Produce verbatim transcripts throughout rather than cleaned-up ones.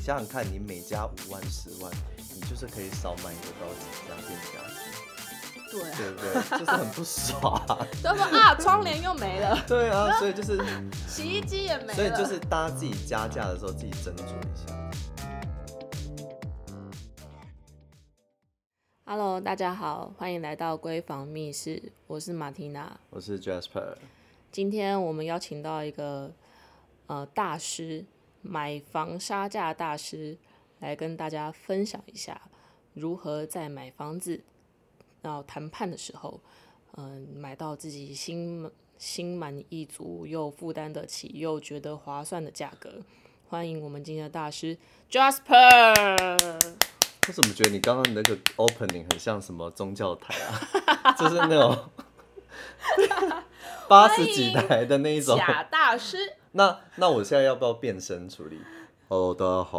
想想看，你每加五万、十万，你就是可以少买得到几家店家机， 对啊， 对不对？就是很不爽。 就说啊，窗帘又没了， 对啊，所以就是洗衣机也没了， 所以就是大家自己加价的时候自己斟酌一下。 Hello， 大家好，欢迎来到闺房密室，我是马缇娜， 我是 Jasper。 今天我们邀请到一个呃大师，买房杀价大师，来跟大家分享一下如何在买房子然后谈判的时候，嗯、呃，买到自己心心满意足又负担得起又觉得划算的价格。欢迎我们今天的大师 Jasper。 我怎么觉得你刚刚那个 opening 很像什么宗教台啊？就是那种八十几台的那一种。 贾大师。 那那我现在要不要变声处理？哦，大家好。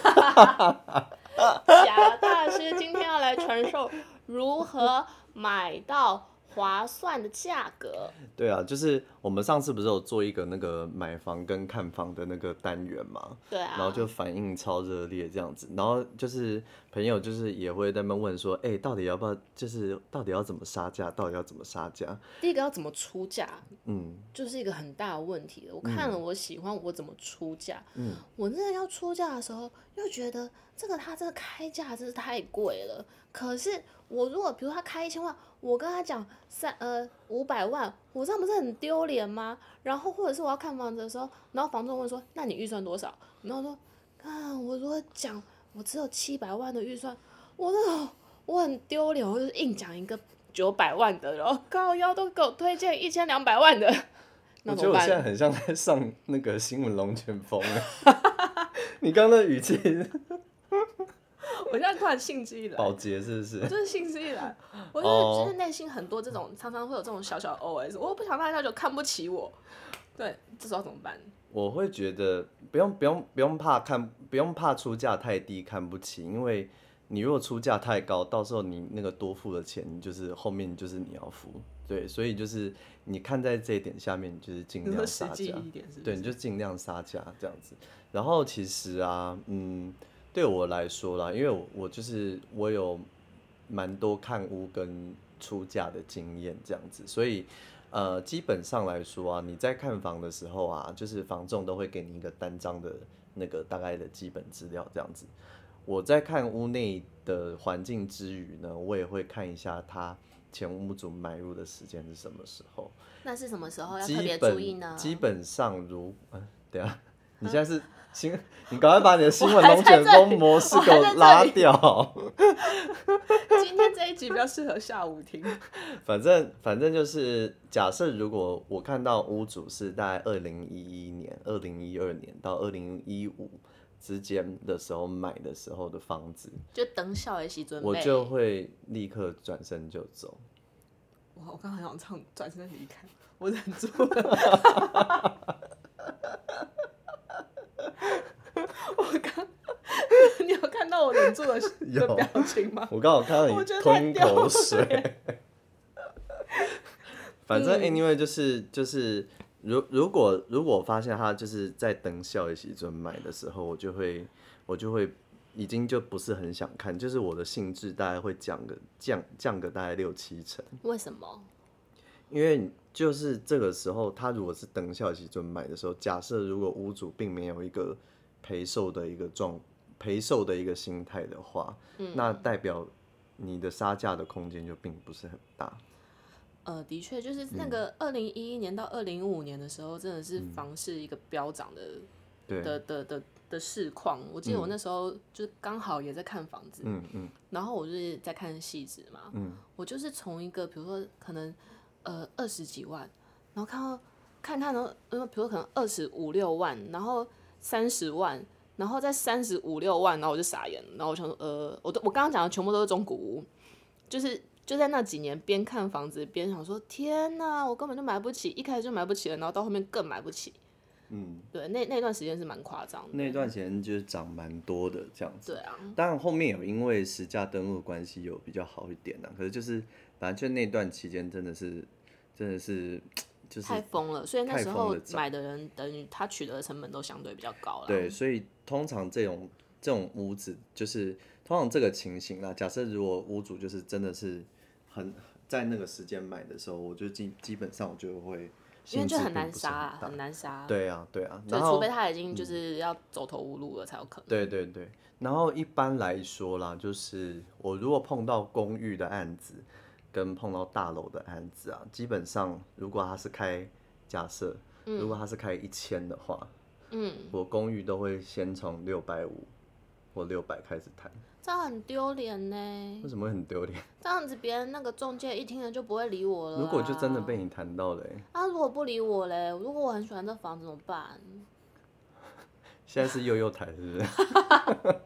贾大师今天要来传授如何买到划算的价格。 对啊，就是我们上次不是有做一个那个买房跟看房的那个单元嘛？ 对啊。 然后就反应超热烈这样子，然后就是朋友就是也会在那边问说，哎、欸，到底要不要，就是到底要怎么杀价，到底要怎么杀价？ 第一个要怎么出价， 嗯， 就是一个很大的问题了。我看了，我喜欢，我怎么出价？嗯，我真的要出价的时候，又觉得这个他这个开价真是太贵了。可是我如果比如他开一千万，我跟他讲三呃五百万，我这样不是很丢脸吗？然后或者是我要看房子的时候，然后房东问说，那你预算多少？然后说，啊，我如果讲我只有七百万的预算，我那我很丢脸，我就是硬讲一个九百万的，然后高腰都给我推荐一千两百万的。 我觉得我现在很像在上那个新闻龙卷风你刚刚的语气我现在突然兴致一来， 保洁是不是？ 我就是兴致一来，我就是就是内心很多这种，常常会有这种小小的 O S， 我不想让大家就看不起我，对，这时候怎么办？ 我会觉得不用不用不用怕看，不用怕出价太低看不起，因为你如果出价太高，到时候你那个多付的钱，就是后面就是你要付，对，所以就是你看在这一点下面，就是尽量杀价，对，你就尽量杀价这样子。然后其实啊，嗯。对我来说啦，因为 我, 我就是我有蛮多看屋跟出价的经验这样子，所以呃基本上来说啊，你在看房的时候啊，就是房仲都会给你一个单张的那个大概的基本资料这样子。我在看屋内的环境之余呢，我也会看一下他前屋主买入的时间是什么时候。 那是什么时候要特别注意呢？ 基本上如，嗯，等一下，你现在是新，你赶快把你的新闻龙卷风模式给我拉掉。 今天这一集比较适合下午听。 反正反正就是假设如果我看到屋主是在二零一一年、二零一二年到二零一五之间的时候买的时候的房子， 就等小的时准备， 我就会立刻转身就走。 哇，我刚刚想唱转身离开，我忍住了。我刚，你有看到我忍住的的表情吗？ 我刚好看到你吞口水。反正 anyway 就是就是如如果如果我发现他就是在等小的时阵买的时候，我就会我就会已经就不是很想看，就是我的兴致大概会降个降降个大概六七成。 为什么？ 因为就是这个时候，他如果是等小的时阵买的时候，假设如果屋主并没有一个陪售的一个状陪售的一个心态的话，嗯、那代表你的杀价的空间就并不是很大。 呃，的确，就是那个二零一一年到二零一五年的时候，真的是房市一个飙涨的、嗯、的的的的市况。我记得我那时候就刚好也在看房子，嗯嗯，然后我就是在看戏子嘛，嗯，我就是从一个比如说可能呃二十几万，然后看到看看呢，呃，比如说可能二十五六万，然后三十万。然后在三十五六万，然后我就傻眼了。然后我想说，呃，我都我刚刚讲的全部都是中古屋，就是就在那几年边看房子边想说，天哪，我根本就买不起，一开始就买不起了，然后到后面更买不起。嗯，对，那那段时间是蛮夸张的。 那段时间就是涨蛮多的这样子。 对啊。 当然后面有因为实价登录关系有比较好一点啦，可是就是反正就那段期间真的是真的是。就是、 太疯了，所以那时候买的人等于他取得的成本都相对比较高了。 对，所以通常这种这种屋子，就是通常这个情形啦。假设如果屋主就是真的是很在那个时间买的时候，我就基基本上我就会。 因为就很难杀、啊，很难杀。 对啊，对啊， 就除非他已经就是要走投无路了才有可能。 对对对，然后一般来说啦，就是我如果碰到公寓的案子，跟碰到大楼的案子啊，基本上如果他是开假设，嗯、如果他是开一千的话，嗯，我公寓都会先从六百五或六百开始谈。 这样很丢脸呢。 为什么会很丢脸？ 这样子别人那个中介一听了就不会理我了、啊。 如果就真的被你谈到了、欸， 啊，如果不理我嘞，如果我很喜欢这房子怎么办？ 现在是悠悠台是不是？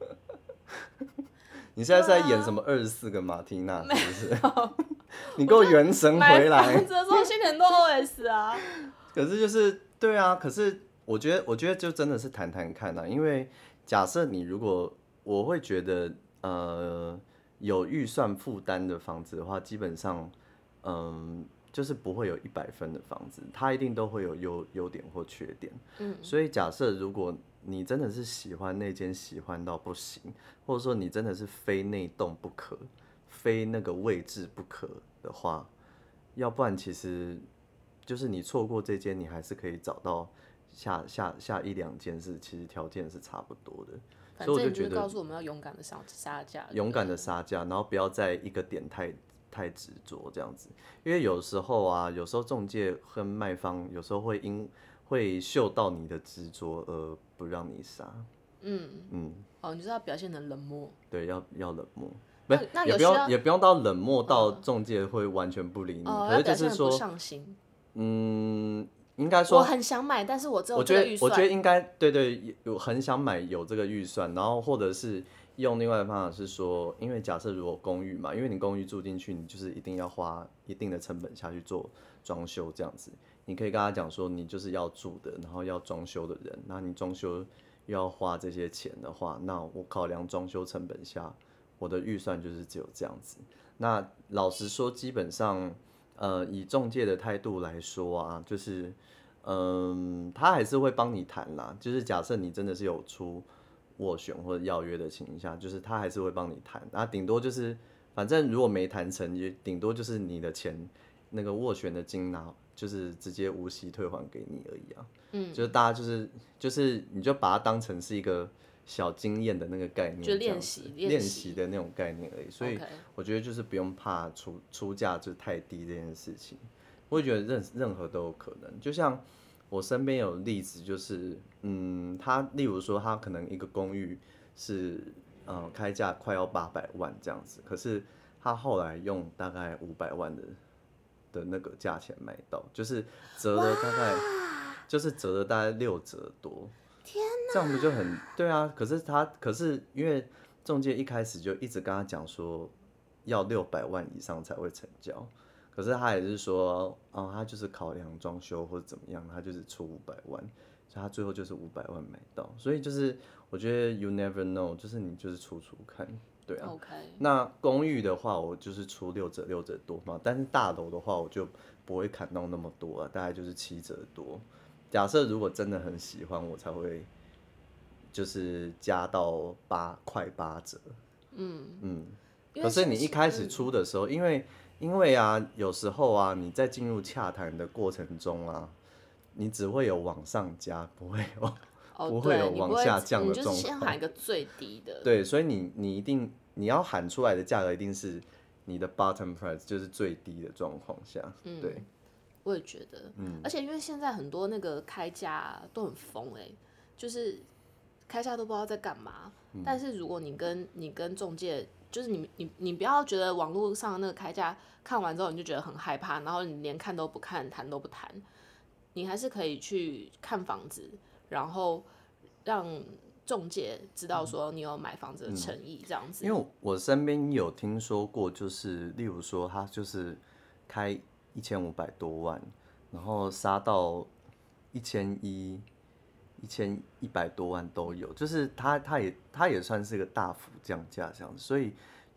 你现在是在演什么二十四个马蒂娜是不是？你给我元神回来。 买房子的时候心里很多 O S 啊。 可是就是对啊，可是我觉得我觉得就真的是谈谈看啊，因为假设你如果我会觉得呃有预算负担的房子的话，基本上嗯就是不会有一百分的房子，它一定都会有优优点或缺点。嗯，所以假设如果你真的是喜欢那间喜欢到不行，或者说你真的是非那栋不可，非那个位置不可的话，要不然其实就是你错过这间，你还是可以找到下下下一两间是其实条件是差不多的。所以我就觉得告诉我们要勇敢的杀杀价， 勇敢的杀价，然后不要在一个点太太执着这样子，因为有时候啊，有时候中介和卖方有时候会因会嗅到你的执着而不让你杀。嗯嗯，哦，你就是要表现得冷漠。 对，要要冷漠，不是也不用也不用到冷漠到中介会完全不理你， 哦、 可是就是说， 不上心。 嗯。应该说， 我很想买，但是我只有这个预算。 我觉得应该对对，有很想买有这个预算，然后或者是用另外的方法是说，因为假设如果公寓嘛，因为你公寓住进去，你就是一定要花一定的成本下去做装修这样子。你可以跟他讲说，你就是要住的，然后要装修的人，那你装修又要花这些钱的话，那我考量装修成本下，我的预算就是只有这样子。那老实说，基本上。呃，以中介的态度来说啊，就是，嗯，他还是会帮你谈啦。就是假设你真的是有出斡旋或者要约的情况下，就是他还是会帮你谈。那顶多就是，反正如果没谈成，也顶多就是你的钱那个斡旋的金拿，就是直接无息退还给你而已啊。嗯，就是大家就是就是你就把它当成是一个。小经验的那个概念， 就练习练习的那种概念而已，所以我觉得就是不用怕出出价就太低这件事情，我会觉得任任何都有可能。就像我身边有例子，就是嗯，他例如说他可能一个公寓是呃开价快要八百万这样子，可是他后来用大概五百万的的那个价钱买到，就是折了大概就是折了大概六折多。 天哪， 这样不就很对啊？可是他，可是因为中介一开始就一直跟他讲说，要六百万以上才会成交。可是他也是说，哦，他就是考量装修或者怎么样，他就是出五百万，所以他最后就是五百万买到。所以就是我觉得 you never know， 就是你就是出出看，对啊。 Okay. 那公寓的话，我就是出六折六折多嘛，但是大楼的话，我就不会砍到那么多啊，大概就是七折多。假设如果真的很喜欢，我才会就是加到八快八折。嗯嗯。可是你一开始出的时候，嗯、因为因为啊，有时候啊，你在进入洽谈的过程中啊，你只会有往上加，不会有、 哦、 不会有往下降的状况。 你就是先喊一个最低的。 对，所以你你一定你要喊出来的价格一定是你的 bottom price， 就是最低的状况下。嗯，对。 我也觉得，嗯，而且因为现在很多那个开价、啊、都很疯哎、欸，就是开价都不知道在干嘛。嗯、但是如果你跟你跟中介，就是你你你不要觉得网络上那个开价看完之后你就觉得很害怕，然后你连看都不看，谈都不谈，你还是可以去看房子，然后让中介知道说你有买房子的诚意这样子。 嗯、因为我身边有听说过，就是例如说他就是开。一千五百多万，然后杀到一千一、一千一百多万都有，就是他他也他也算是个大幅降价这样子，所以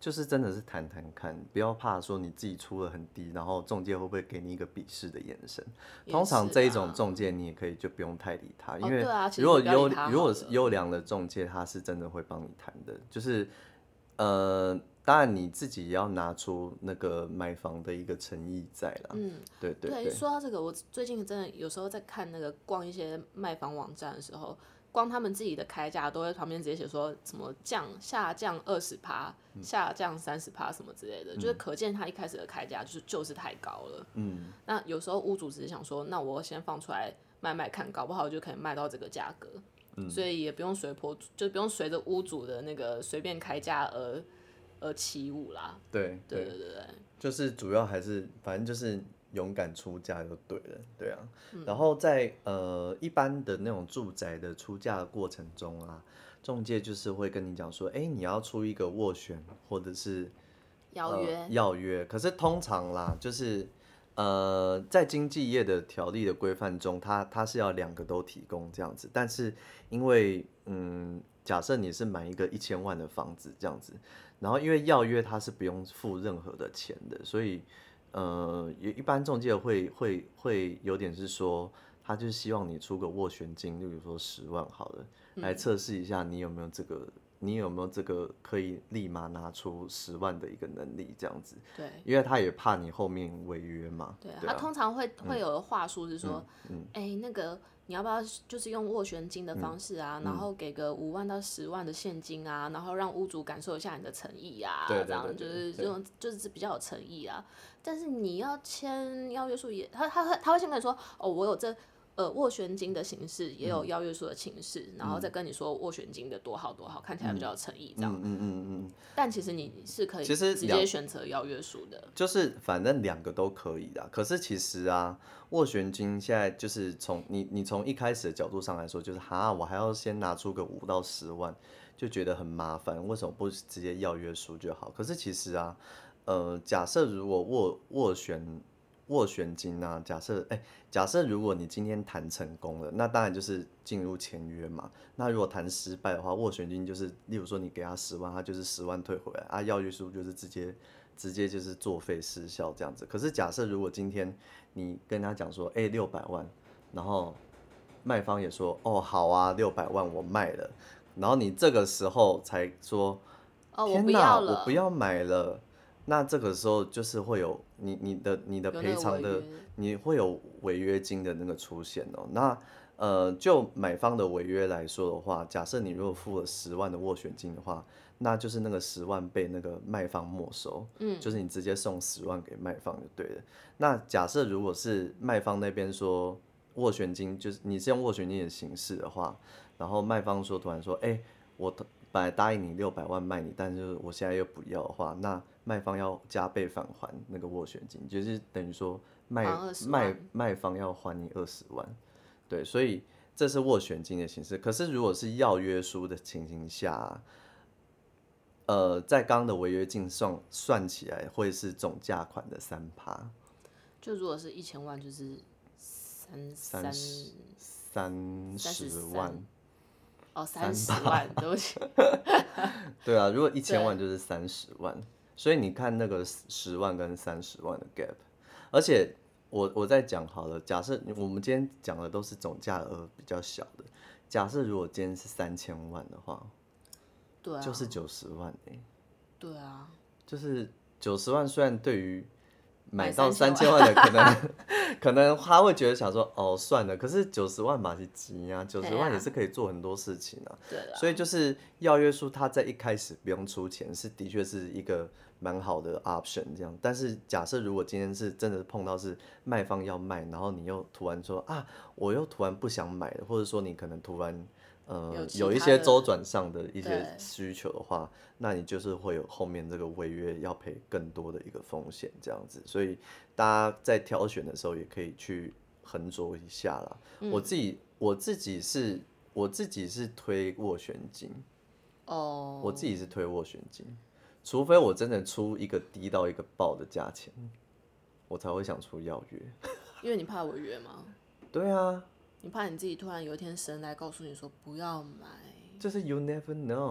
就是真的是谈谈看，不要怕说你自己出了很低，然后中介会不会给你一个鄙视的眼神。通常这一种中介你也可以就不用太理他，因为如果优如果是优良的中介，他是真的会帮你谈的。就是呃，当然你自己也要拿出那个买房的一个诚意在啦。嗯，对对 对, 对。说到这个，我最近真的有时候在看那个逛一些卖房网站的时候。光他们自己的开价都会旁边直接写说什么降下降二十趴，下降三十趴什么之类的，嗯、就是可见他一开始的开价就是就是太高了。嗯，那有时候屋主只是想说，那我先放出来卖卖看，搞不好就可以卖到这个价格。嗯，所以也不用随波，就不用随着屋主的那个随便开价而而起舞啦。 对对对对对， 就是主要还是反正就是。勇敢出价就对了，对啊。嗯、然后在呃一般的那种住宅的出价的过程中啊，中介就是会跟你讲说，哎，你要出一个斡旋或者是邀约、 呃、邀约。可是通常啦，就是呃在经纪业的条例的规范中，它它是要两个都提供这样子。但是因为嗯，假设你是买一个一千万的房子这样子，然后因为邀约它是不用付任何的钱的，所以。呃，一般中介会会会有点是说，他就是希望你出个斡旋金，例如说十万好了，嗯、来测试一下你有没有这个，你有没有这个可以立马拿出十万的一个能力，这样子。 对， 因为他也怕你后面违约嘛。 对，对啊、他通常会会有的话术是说，哎、嗯嗯欸，那个。你要不要就是用斡旋金的方式啊，嗯、然后给个五万到十万的现金啊，然后让屋主感受一下你的诚意啊， 对对对对这样就是这种就是比较有诚意啊。但是你要签邀约书也，他他会他会先跟你说，哦，我有这呃斡旋金的形式，也有邀约书的形式，嗯、然后再跟你说斡旋金的多好多好，看起来比较有诚意这样。 嗯嗯嗯嗯。 但其实你是可以直接选择邀约书的， 就是反正两个都可以的。可是其实啊。斡旋金现在就是从你你从一开始的角度上来说，就是哈，我还要先拿出个五到十万，就觉得很麻烦。为什么不直接要约书就好？可是其实啊，呃，假设如果斡斡旋斡旋金啊，假设哎、欸，假设如果你今天谈成功了，那当然就是进入签约嘛。那如果谈失败的话，斡旋金就是，例如说你给他十万，他就是十万退回来啊，要约书就是直接。直接就是作废失效这样子。可是假设如果今天你跟他讲说，哎、欸，六百万，然后卖方也说，哦，好啊，六百万我卖了，然后你这个时候才说， 哦， 天哪， 我不要买了。那这个时候就是会有你你的你的赔偿的，你会有违约金的那个出现哦。那呃，就买方的违约来说的话，假设你如果付了十万的斡旋金的话。那就是那个十万被那个卖方没收，嗯，就是你直接送十万给卖方就对了。那假设如果是卖方那边说斡旋金，就是你是用斡旋金的形式的话，然后卖方说突然说，哎、欸，我本来答应你六百万卖你，但是我现在又不要的话，那卖方要加倍返还那个斡旋金，就是等于说卖卖卖方要还你二十万，对，所以这是斡旋金的形式。可是如果是要约书的情形下、啊。呃，在刚刚的违约金算算起来，会是总价款的三趴。 就如果是一千万，就是三三三十万。 哦，三十万，对不起。 对啊，如果一千万就是三十万，所以你看那个十万跟三十万的 gap。而且我我再讲好了，假设我们今天讲的都是总价额比较小的，假设如果今天是三千万的话。 对啊， 就是九十万哎、欸， 对啊， 就是九十万，虽然对于买到三千万的可能可能他会觉得想说哦算了，可是九十万嘛是急啊，九十万也是可以做很多事情啊。 对啊， 所以就是要约书，他在一开始不用出钱，是的确是一个蛮好的 option 这样。但是假设如果今天是真的碰到是卖方要卖，然后你又突然说啊，我又突然不想买了，或者说你可能突然。呃，有一些周转上的一些需求的话，那你就是会有后面这个违约要赔更多的一个风险，这样子。所以大家在挑选的时候也可以去衡酌一下啦。嗯、我自己我自己是我自己是推斡旋金，哦，我自己是推斡旋金，除非我真的出一个低到一个爆的价钱，我才会想出要约。 因为你怕违约吗？ 对啊。 你怕你自己突然有一天神来告诉你说不要买， 就是 you never know，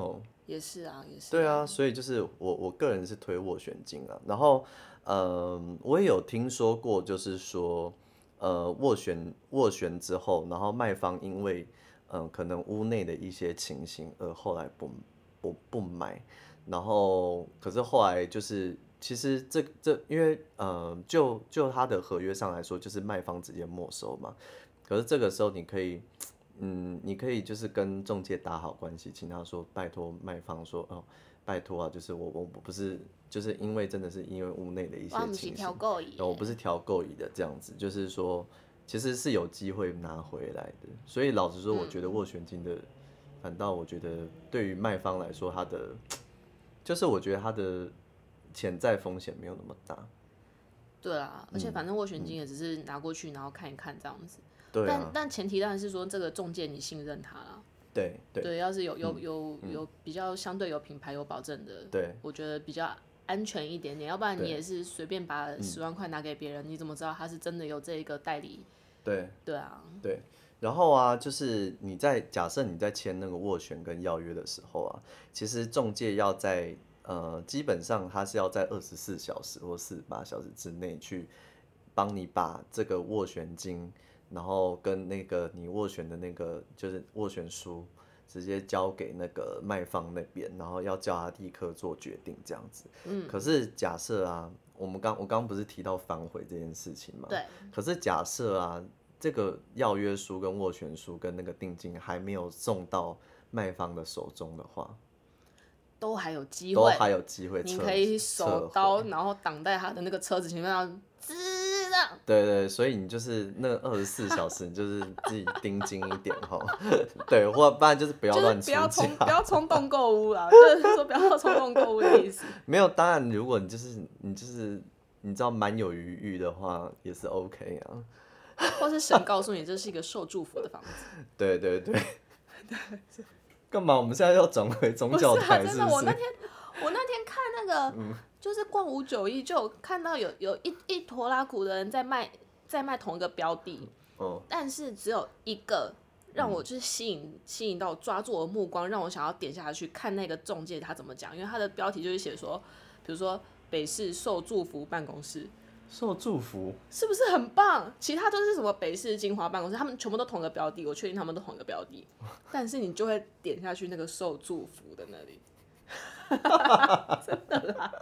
也是啊，也是、啊。 对啊，所以就是我我个人是推斡旋金啊，然后嗯，我也有听说过，就是说呃斡旋斡旋之后，然后卖方因为嗯、呃、可能屋内的一些情形而后来不不不买，然后可是后来就是其实这这因为呃就就他的合约上来说，就是卖方直接没收嘛，可是这个时候你可以。嗯，你可以就是跟中介打好关系，请他说拜托卖方说哦，拜托啊，就是我我我不是就是因为真的是因为屋内的一些情形，我不是调够椅的这样子，就是说其实是有机会拿回来的。所以老实说，我觉得斡旋金的，反倒我觉得对于卖方来说，他的就是我觉得他的潜在风险没有那么大。 对啊，而且反正斡旋金也只是拿过去然后看一看这样子。 对啊、 但但前提当然是说这个中介你信任他啦。 对 对, 对要是有有有有比较相对有品牌有保证的， 对， 我觉得比较安全一点点。要不然你也是随便把十万块拿给别人，你怎么知道他是真的有这一个代理？ 对对啊， 对。然后啊，就是你在假设你在签那个斡旋跟要约的时候啊，其实中介要在呃基本上他是要在二十四小时或四十八小时之内去帮你把这个斡旋金。然后跟那个你斡旋的那个就是斡旋书，直接交给那个卖方那边，然后要叫他立刻做决定这样子。嗯。可是假设啊，我们刚我刚刚不是提到反悔这件事情吗？ 对。 可是假设啊，这个要约书跟斡旋书跟那个定金还没有送到卖方的手中的话， 都还有机会， 都还有机会， 你可以手刀，然后挡在他的那个车子前面，让滋的。 对对，所以你就是那二十四小时，你就是自己盯紧一点哈。对，或不然就是不要乱出价， 就是不要冲动购物啦，就是说不要冲动购物的意思。 没有，当然如果你就是你就是你知道蛮有余裕的话，也是 OK 啊。 或是神告诉你这是一个受祝福的房子。 对对对。干嘛？我们现在要转回宗教台？ 是不是？真的，我那天我那天看那个，嗯、就是逛五九一，就有看到有有一一坨拉苦的人在卖在卖同一个标的，哦、但是只有一个让我就是吸引、嗯、吸引到抓住我的目光，让我想要点下去看那个中介他怎么讲，因为他的标题就是写说，比如说北市受祝福办公室。 受祝福是不是很棒？其他都是什么北市金华办公室，他们全部都同一个标的，我确定他们都同一个标的，但是你就会点下去那个受祝福的那里，真的啦。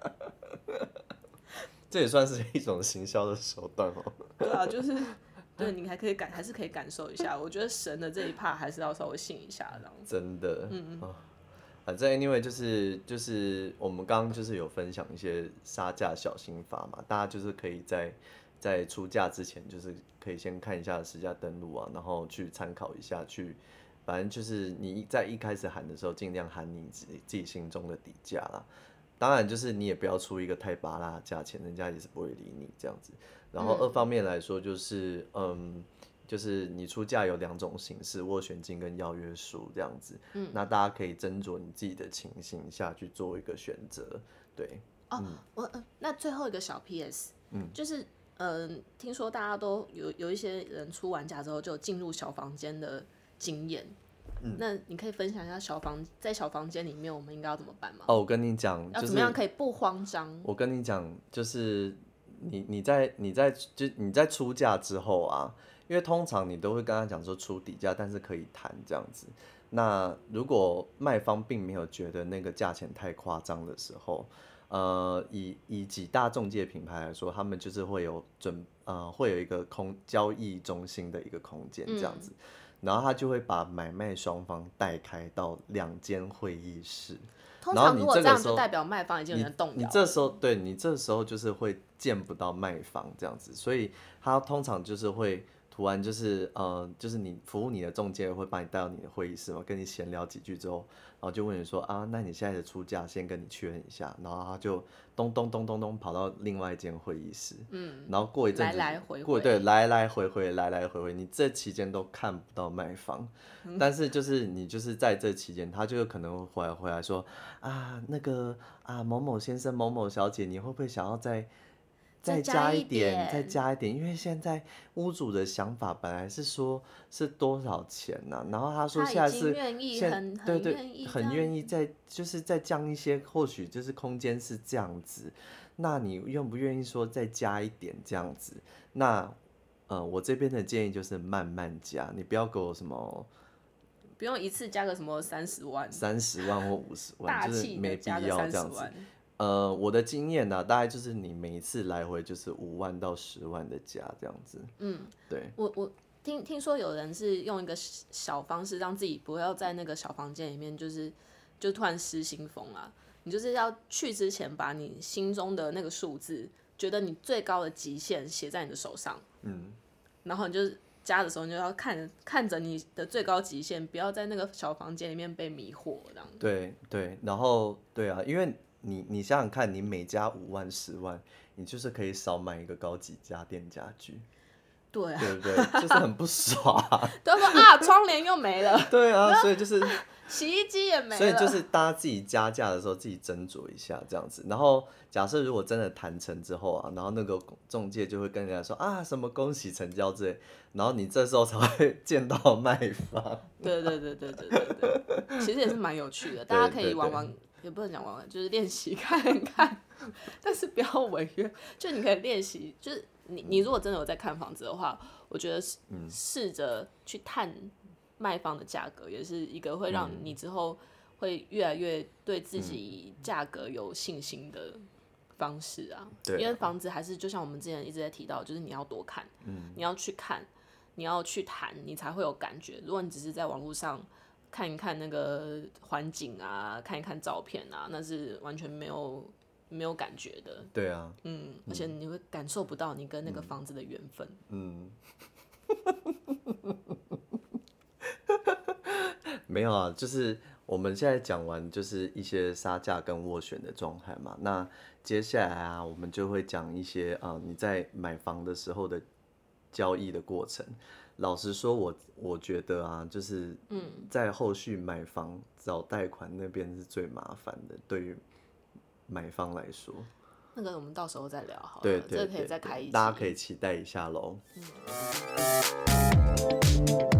这也算是一种行销的手段哦。 对啊，就是对你还可以感，还是可以感受一下。我觉得神的这一 part 还是要稍微信一下，这样子。 真的，嗯嗯。反正 anyway 就是就是我们刚刚就是有分享一些杀价小心法嘛，大家就是可以在在出价之前，就是可以先看一下实价登录啊，然后去参考一下，去反正就是你在一开始喊的时候，尽量喊你自己自己心中的底价啦。当然就是你也不要出一个太拔辣的价钱，人家也是不会理你这样子。然后二方面来说就是嗯。就是你出价有两种形式，斡旋金跟要约书这样子，嗯，那大家可以斟酌你自己的情形下去做一个选择，对。 哦，嗯、我呃，那最后一个小 P S， 嗯，就是嗯、呃，听说大家都有有一些人出完价之后就进入小房间的经验，嗯，那你可以分享一下小房在小房间里面我们应该要怎么办吗？ 哦，我跟你讲， 要怎么样可以不慌张？ 我跟你讲，就是你你在你在就你在出价之后啊。因为通常你都会跟他讲说出底价，但是可以谈这样子。那如果卖方并没有觉得那个价钱太夸张的时候，呃，以以几大中介品牌来说，他们就是会有准呃会有一个空交易中心的一个空间这样子，嗯、然后他就会把买卖双方带开到两间会议室。 通常如果这样就代表卖方已经有人动摇了。 你, 你这时候对你这时候就是会见不到卖方这样子，所以他通常就是会。突然就是呃，就是你服务你的中介会把你带到你的会议室嘛，跟你闲聊几句之后，然后就问你说啊，那你现在的出价先跟你确认一下，然后他就咚咚咚咚咚跑到另外一间会议室，嗯，然后过一阵子， 来来回回， 过对来来回回来来回回，你这期间都看不到卖方，嗯、但是就是你就是在这期间，他就可能回来回来说啊，那个啊某某先生某某小姐，你会不会想要在再加一点， 再加一点，因为现在屋主的想法本来是说是多少钱呢、啊？然后他说现在是现对对，很愿意再就是再降一些，或许就是空间是这样子，那你愿不愿意说再加一点这样子？那呃，我这边的建议就是慢慢加，你不要给我什么。 不用一次加个什么三十万、 三十万或五十万，就是没必要这样子。呃，我的经验呢、啊，大概就是你每一次来回就是五万到十万的加这样子。 嗯， 对。 我我听听说有人是用一个小方式，让自己不要在那个小房间里面，就是就突然失心疯啊。你就是要去之前，把你心中的那个数字，觉得你最高的极限写在你的手上。嗯。然后你就。加的时候，你就要看看着你的最高极限，不要在那个小房间里面被迷惑，这样。 对对，然后对啊，因为你你想想看，你每加五万、十万，你就是可以少买一个高级家电家具。 对啊， 对不对？就是很不爽。 对说啊，窗帘又没了。 对啊，所以就是洗衣机也没了。 所以就是大家自己加价的时候自己斟酌一下这样子。然后假设如果真的谈成之后啊，然后那个中介就会跟人家说啊什么恭喜成交之类，然后你这时候才会见到卖方。 对对对对对对对，其实也是蛮有趣的，大家可以玩玩，也不能讲玩玩，就是练习看看，但是不要违约。就你可以练习，就是你你如果真的有在看房子的话，我觉得试着去探卖方的价格，也是一个会让你之后会越来越对自己价格有信心的方式啊。 对啊， 因为房子还是就像我们之前一直在提到，就是你要多看，嗯、你要去看，你要去谈，你才会有感觉。如果你只是在网络上看一看那个环境啊，看一看照片啊，那是完全没有没有感觉的。 对啊， 嗯，而且你会感受不到你跟那个房子的缘分。 嗯。没有啊，就是我们现在讲完就是一些杀价跟斡旋的状态嘛。那接下来啊，我们就会讲一些啊、呃，你在买房的时候的交易的过程。老实说我，我我觉得啊，就是在后续买房找贷款那边是最麻烦的，对于买方来说。 那个我们到时候再聊好了， 对对对， 这个可以再开一集， 大家可以期待一下喽。 嗯